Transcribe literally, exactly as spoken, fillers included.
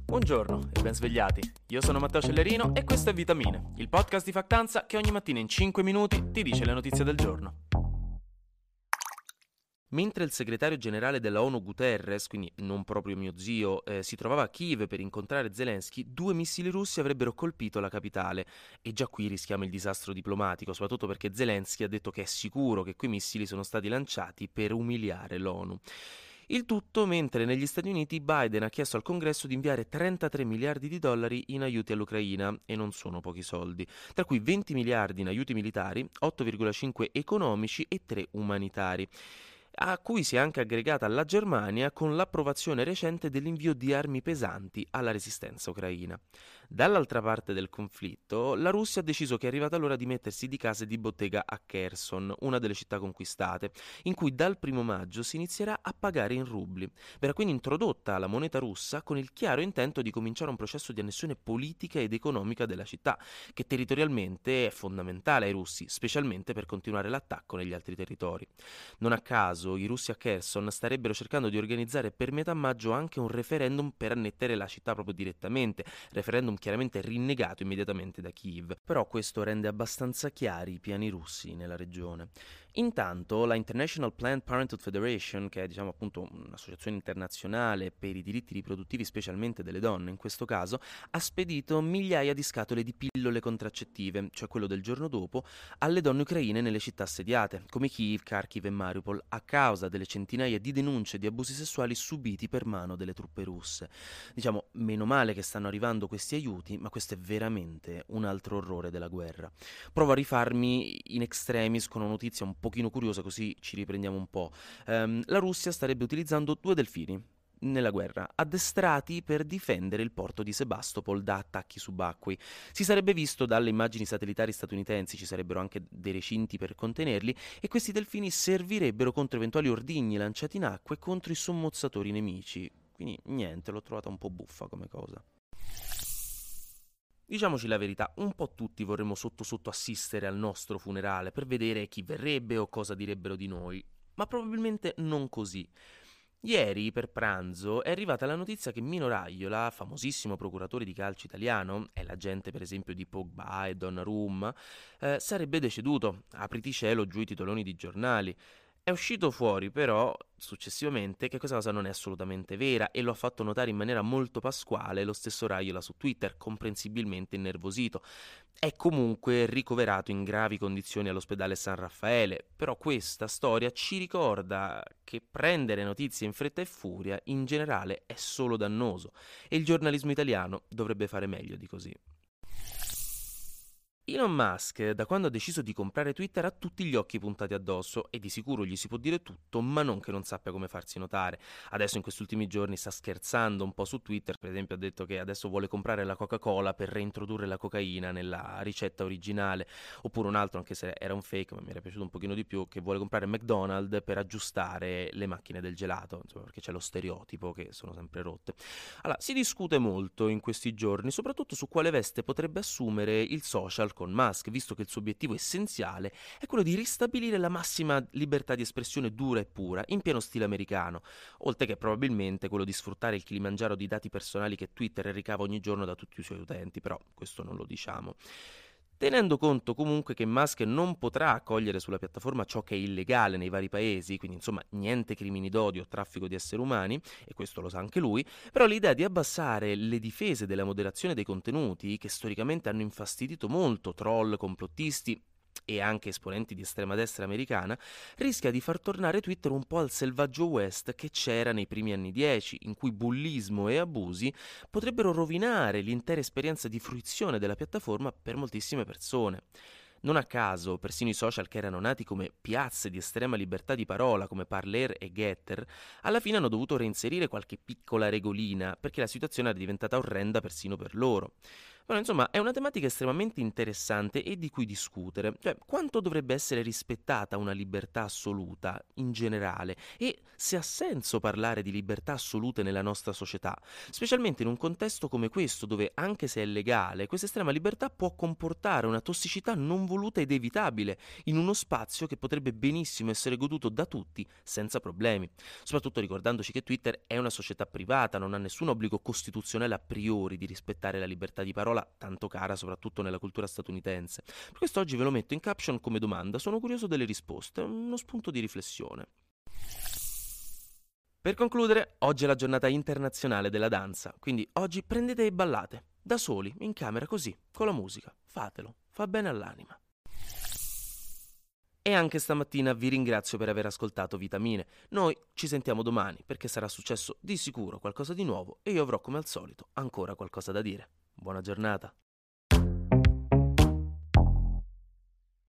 Buongiorno e ben svegliati. Io sono Matteo Cellerino e questo è Vitamine, il podcast di Factanza che ogni mattina in cinque minuti ti dice le notizie del giorno. Mentre il segretario generale della ONU Guterres, quindi non proprio mio zio, eh, si trovava a Kiev per incontrare Zelensky, due missili russi avrebbero colpito la capitale. E già qui rischiamo il disastro diplomatico, soprattutto perché Zelensky ha detto che è sicuro che quei missili sono stati lanciati per umiliare l'ONU. Il tutto mentre negli Stati Uniti Biden ha chiesto al Congresso di inviare trentatré miliardi di dollari in aiuti all'Ucraina, e non sono pochi soldi, tra cui venti miliardi in aiuti militari, otto virgola cinque economici e tre umanitari, a cui si è anche aggregata la Germania con l'approvazione recente dell'invio di armi pesanti alla resistenza ucraina. Dall'altra parte del conflitto, la Russia ha deciso che è arrivata l'ora di mettersi di casa e di bottega a Kherson, una delle città conquistate, in cui dal primo maggio si inizierà a pagare in rubli. Verrà quindi introdotta la moneta russa con il chiaro intento di cominciare un processo di annessione politica ed economica della città, che territorialmente è fondamentale ai russi, specialmente per continuare l'attacco negli altri territori. Non a caso i russi a Kherson starebbero cercando di organizzare per metà maggio anche un referendum per annettere la città proprio direttamente, referendum chiaramente rinnegato immediatamente da Kiev. Però questo rende abbastanza chiari i piani russi nella regione. Intanto la International Planned Parenthood Federation, che è diciamo appunto un'associazione internazionale per i diritti riproduttivi, specialmente delle donne in questo caso, ha spedito migliaia di scatole di pillole contraccettive, cioè quello del giorno dopo, alle donne ucraine nelle città assediate, come Kiev, Kharkiv e Mariupol, a causa delle centinaia di denunce di abusi sessuali subiti per mano delle truppe russe. Diciamo, meno male che stanno arrivando questi aiuti, ma questo è veramente un altro orrore della guerra. Provo a rifarmi in extremis con una notizia un pochino curiosa, così ci riprendiamo un po'. Um, la Russia starebbe utilizzando due delfini nella guerra, addestrati per difendere il porto di Sebastopol da attacchi subacquei. Si sarebbe visto dalle immagini satellitari statunitensi, ci sarebbero anche dei recinti per contenerli, e questi delfini servirebbero contro eventuali ordigni lanciati in acqua e contro i sommozzatori nemici. Quindi niente, l'ho trovata un po' buffa come cosa. Diciamoci la verità, un po' tutti vorremmo sotto sotto assistere al nostro funerale per vedere chi verrebbe o cosa direbbero di noi, ma probabilmente non così. Ieri, per pranzo, è arrivata la notizia che Mino Raiola, famosissimo procuratore di calcio italiano, è l'agente per esempio di Pogba e Donnarumma, eh, sarebbe deceduto. Apriti cielo giù i titoloni di giornali. È uscito fuori però, successivamente, che questa cosa non è assolutamente vera, e lo ha fatto notare in maniera molto pasquale lo stesso Raiola su Twitter, comprensibilmente innervosito. È comunque ricoverato in gravi condizioni all'ospedale San Raffaele, però questa storia ci ricorda che prendere notizie in fretta e furia in generale è solo dannoso, e il giornalismo italiano dovrebbe fare meglio di così. Elon Musk, da quando ha deciso di comprare Twitter, ha tutti gli occhi puntati addosso, e di sicuro gli si può dire tutto, ma non che non sappia come farsi notare. Adesso in questi ultimi giorni sta scherzando un po' su Twitter, per esempio ha detto che adesso vuole comprare la Coca-Cola per reintrodurre la cocaina nella ricetta originale, oppure un altro, anche se era un fake, ma mi era piaciuto un pochino di più, che vuole comprare McDonald's per aggiustare le macchine del gelato, insomma, perché c'è lo stereotipo che sono sempre rotte. Allora, si discute molto in questi giorni, soprattutto su quale veste potrebbe assumere il social con Musk, visto che il suo obiettivo essenziale è quello di ristabilire la massima libertà di espressione dura e pura, in pieno stile americano, oltre che probabilmente quello di sfruttare il Kilimangiaro di dati personali che Twitter ricava ogni giorno da tutti i suoi utenti, però questo non lo diciamo. Tenendo conto comunque che Musk non potrà accogliere sulla piattaforma ciò che è illegale nei vari paesi, quindi insomma niente crimini d'odio o traffico di esseri umani, e questo lo sa anche lui, però l'idea di abbassare le difese della moderazione dei contenuti, che storicamente hanno infastidito molto troll, complottisti e anche esponenti di estrema destra americana, rischia di far tornare Twitter un po' al selvaggio West che c'era nei primi anni dieci, in cui bullismo e abusi potrebbero rovinare l'intera esperienza di fruizione della piattaforma per moltissime persone. Non a caso, persino i social che erano nati come piazze di estrema libertà di parola, come Parler e Getter, alla fine hanno dovuto reinserire qualche piccola regolina, perché la situazione era diventata orrenda persino per loro. Però insomma è una tematica estremamente interessante e di cui discutere, cioè quanto dovrebbe essere rispettata una libertà assoluta in generale e se ha senso parlare di libertà assolute nella nostra società, specialmente in un contesto come questo dove anche se è legale, questa estrema libertà può comportare una tossicità non voluta ed evitabile in uno spazio che potrebbe benissimo essere goduto da tutti senza problemi, soprattutto ricordandoci che Twitter è una società privata, non ha nessun obbligo costituzionale a priori di rispettare la libertà di parola tanto cara soprattutto nella cultura statunitense. Per questo oggi ve lo metto in caption come domanda, sono curioso delle risposte, uno spunto di riflessione. Per concludere, oggi è la giornata internazionale della danza, quindi oggi prendete e ballate, da soli, in camera così, con la musica, fatelo, fa bene all'anima. E anche stamattina vi ringrazio per aver ascoltato Vitamine. Noi ci sentiamo domani perché sarà successo di sicuro qualcosa di nuovo e io avrò come al solito ancora qualcosa da dire. Buona giornata.